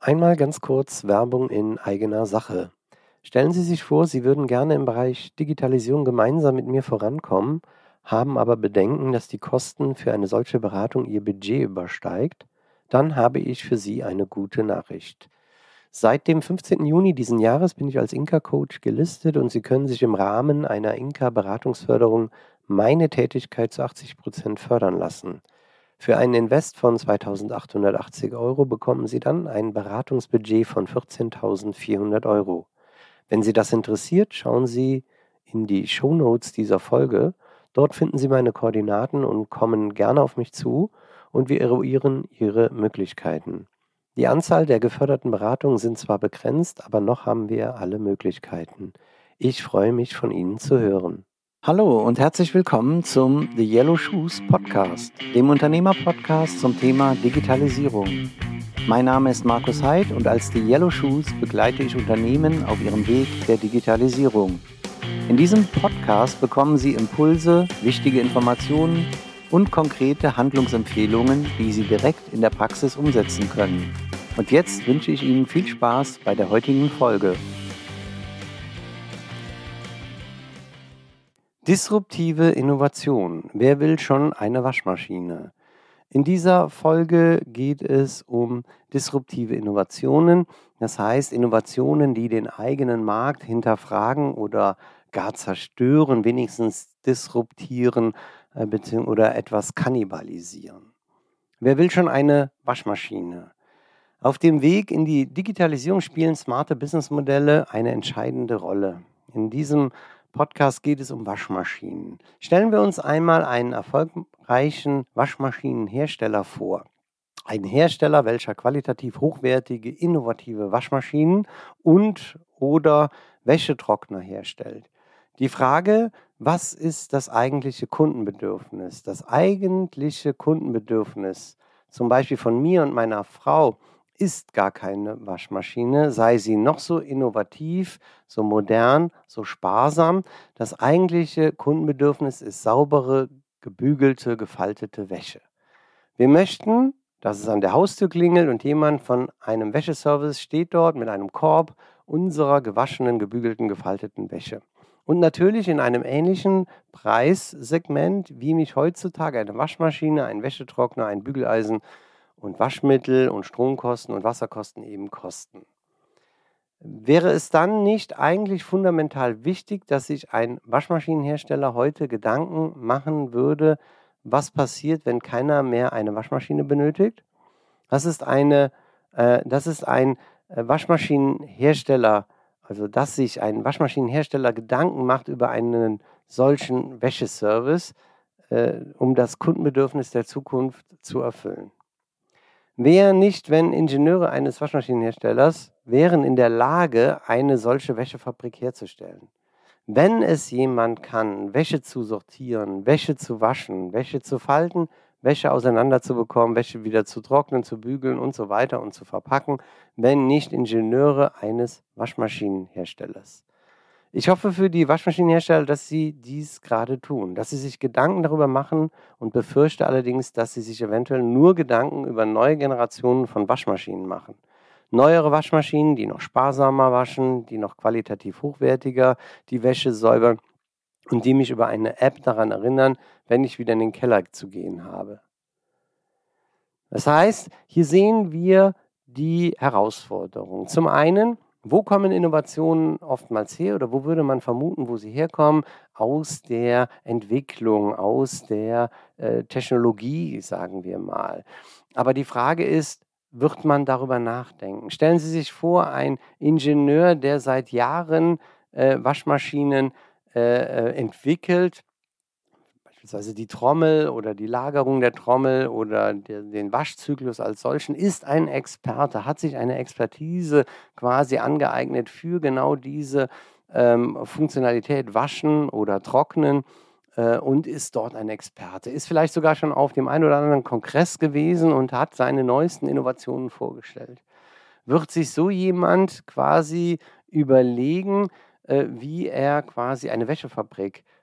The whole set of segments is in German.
Einmal ganz kurz Werbung in eigener Sache. Stellen Sie sich vor, Sie würden gerne im Bereich Digitalisierung gemeinsam mit mir vorankommen, haben aber Bedenken, dass die Kosten für eine solche Beratung Ihr Budget übersteigt. Dann habe ich für Sie eine gute Nachricht. Seit dem 15. Juni diesen Jahres bin ich als Inka-Coach gelistet und Sie können sich im Rahmen einer Inka-Beratungsförderung meine Tätigkeit zu 80% fördern lassen. Für einen Invest von 2.880 Euro bekommen Sie dann ein Beratungsbudget von 14.400 Euro. Wenn Sie das interessiert, schauen Sie in die Shownotes dieser Folge. Dort finden Sie meine Koordinaten und kommen gerne auf mich zu und wir eruieren Ihre Möglichkeiten. Die Anzahl der geförderten Beratungen sind zwar begrenzt, aber noch haben wir alle Möglichkeiten. Ich freue mich, von Ihnen zu hören. Hallo und herzlich willkommen zum The Yellow Shoes Podcast, dem Unternehmer-Podcast zum Thema Digitalisierung. Mein Name ist Markus Heid und als The Yellow Shoes begleite ich Unternehmen auf ihrem Weg der Digitalisierung. In diesem Podcast bekommen Sie Impulse, wichtige Informationen und konkrete Handlungsempfehlungen, die Sie direkt in der Praxis umsetzen können. Und jetzt wünsche ich Ihnen viel Spaß bei der heutigen Folge. Disruptive Innovation. Wer will schon eine Waschmaschine? In dieser Folge geht es um disruptive Innovationen, das heißt Innovationen, die den eigenen Markt hinterfragen oder gar zerstören, wenigstens disruptieren oder etwas kannibalisieren. Wer will schon eine Waschmaschine? Auf dem Weg in die Digitalisierung spielen smarte Businessmodelle eine entscheidende Rolle. In diesem Podcast geht es um Waschmaschinen. Stellen wir uns einmal einen erfolgreichen Waschmaschinenhersteller vor. Ein Hersteller, welcher qualitativ hochwertige, innovative Waschmaschinen und oder Wäschetrockner herstellt. Die Frage, was ist das eigentliche Kundenbedürfnis? Das eigentliche Kundenbedürfnis, zum Beispiel von mir und meiner Frau, ist gar keine Waschmaschine, sei sie noch so innovativ, so modern, so sparsam. Das eigentliche Kundenbedürfnis ist saubere, gebügelte, gefaltete Wäsche. Wir möchten, dass es an der Haustür klingelt und jemand von einem Wäscheservice steht dort mit einem Korb unserer gewaschenen, gebügelten, gefalteten Wäsche. Und natürlich in einem ähnlichen Preissegment, wie mich heutzutage eine Waschmaschine, ein Wäschetrockner, ein Bügeleisen und Waschmittel und Stromkosten und Wasserkosten eben kosten. Wäre es dann nicht eigentlich fundamental wichtig, dass sich ein Waschmaschinenhersteller heute Gedanken machen würde, was passiert, wenn keiner mehr eine Waschmaschine benötigt? Das ist ein Waschmaschinenhersteller, also dass sich ein Waschmaschinenhersteller Gedanken macht über einen solchen Wäscheservice, um das Kundenbedürfnis der Zukunft zu erfüllen. Wer nicht, wenn Ingenieure eines Waschmaschinenherstellers wären in der Lage, eine solche Wäschefabrik herzustellen. Wenn es jemand kann, Wäsche zu sortieren, Wäsche zu waschen, Wäsche zu falten, Wäsche auseinanderzubekommen, Wäsche wieder zu trocknen, zu bügeln und so weiter und zu verpacken, wenn nicht Ingenieure eines Waschmaschinenherstellers. Ich hoffe für die Waschmaschinenhersteller, dass sie dies gerade tun, dass sie sich Gedanken darüber machen und befürchte allerdings, dass sie sich eventuell nur Gedanken über neue Generationen von Waschmaschinen machen. Neuere Waschmaschinen, die noch sparsamer waschen, die noch qualitativ hochwertiger die Wäsche säubern und die mich über eine App daran erinnern, wenn ich wieder in den Keller zu gehen habe. Das heißt, hier sehen wir die Herausforderung. Zum einen, wo kommen Innovationen oftmals her oder wo würde man vermuten, wo sie herkommen? Aus der Entwicklung, aus der Technologie, sagen wir mal. Aber die Frage ist, wird man darüber nachdenken? Stellen Sie sich vor, ein Ingenieur, der seit Jahren Waschmaschinen entwickelt, beispielsweise die Trommel oder die Lagerung der Trommel oder den Waschzyklus als solchen, ist ein Experte, hat sich eine Expertise quasi angeeignet für genau diese Funktionalität Waschen oder Trocknen und ist dort ein Experte. Ist vielleicht sogar schon auf dem einen oder anderen Kongress gewesen und hat seine neuesten Innovationen vorgestellt. Wird sich so jemand quasi überlegen, wie er quasi eine Wäschefabrik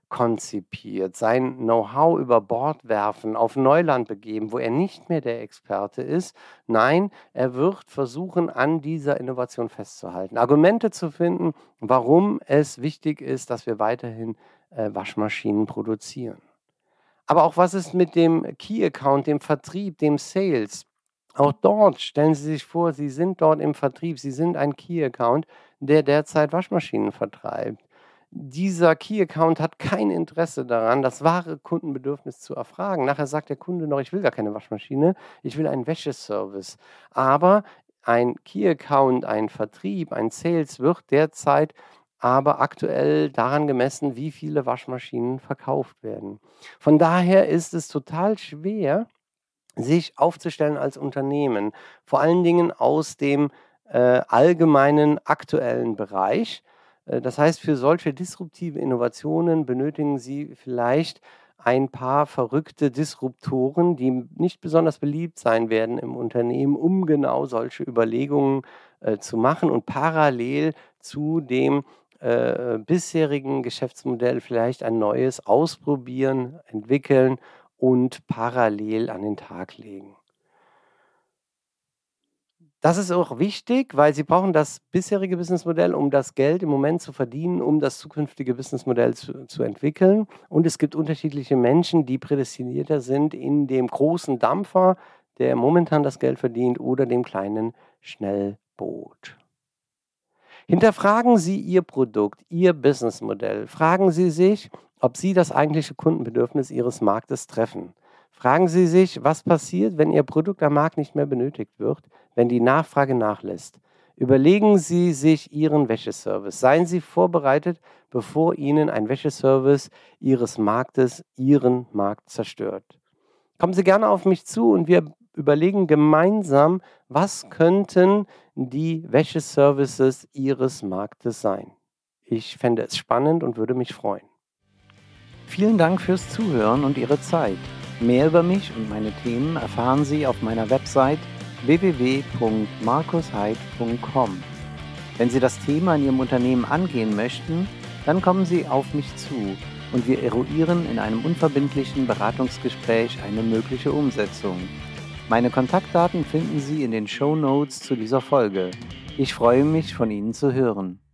konzipiert, sein Know-how über Bord werfen, auf Neuland begeben, wo er nicht mehr der Experte ist. Nein, er wird versuchen, an dieser Innovation festzuhalten, Argumente zu finden, warum es wichtig ist, dass wir weiterhin Waschmaschinen produzieren. Aber auch was ist mit dem Key Account, dem Vertrieb, dem Sales? Auch dort stellen Sie sich vor, Sie sind dort im Vertrieb, Sie sind ein Key Account, der derzeit Waschmaschinen vertreibt. Dieser Key Account hat kein Interesse daran, das wahre Kundenbedürfnis zu erfragen. Nachher sagt der Kunde noch, ich will gar keine Waschmaschine, ich will einen Wäscheservice. Aber ein Key Account, ein Vertrieb, ein Sales wird derzeit aber aktuell daran gemessen, wie viele Waschmaschinen verkauft werden. Von daher ist es total schwer, sich aufzustellen als Unternehmen, vor allen Dingen aus dem allgemeinen aktuellen Bereich. Das heißt, für solche disruptive Innovationen benötigen Sie vielleicht ein paar verrückte Disruptoren, die nicht besonders beliebt sein werden im Unternehmen, um genau solche Überlegungen zu machen und parallel zu dem bisherigen Geschäftsmodell vielleicht ein neues ausprobieren, entwickeln und parallel an den Tag legen. Das ist auch wichtig, weil Sie brauchen das bisherige Businessmodell, um das Geld im Moment zu verdienen, um das zukünftige Businessmodell zu entwickeln. Und es gibt unterschiedliche Menschen, die prädestinierter sind in dem großen Dampfer, der momentan das Geld verdient, oder dem kleinen Schnellboot. Hinterfragen Sie Ihr Produkt, Ihr Businessmodell. Fragen Sie sich, ob Sie das eigentliche Kundenbedürfnis Ihres Marktes treffen. Fragen Sie sich, was passiert, wenn Ihr Produkt am Markt nicht mehr benötigt wird, wenn die Nachfrage nachlässt. Überlegen Sie sich Ihren Wäscheservice. Seien Sie vorbereitet, bevor Ihnen ein Wäscheservice Ihres Marktes Ihren Markt zerstört. Kommen Sie gerne auf mich zu und wir überlegen gemeinsam, was könnten die Wäscheservices Ihres Marktes sein. Ich fände es spannend und würde mich freuen. Vielen Dank fürs Zuhören und Ihre Zeit. Mehr über mich und meine Themen erfahren Sie auf meiner Website www.markusheid.com. Wenn Sie das Thema in Ihrem Unternehmen angehen möchten, dann kommen Sie auf mich zu und wir eruieren in einem unverbindlichen Beratungsgespräch eine mögliche Umsetzung. Meine Kontaktdaten finden Sie in den Shownotes zu dieser Folge. Ich freue mich, von Ihnen zu hören.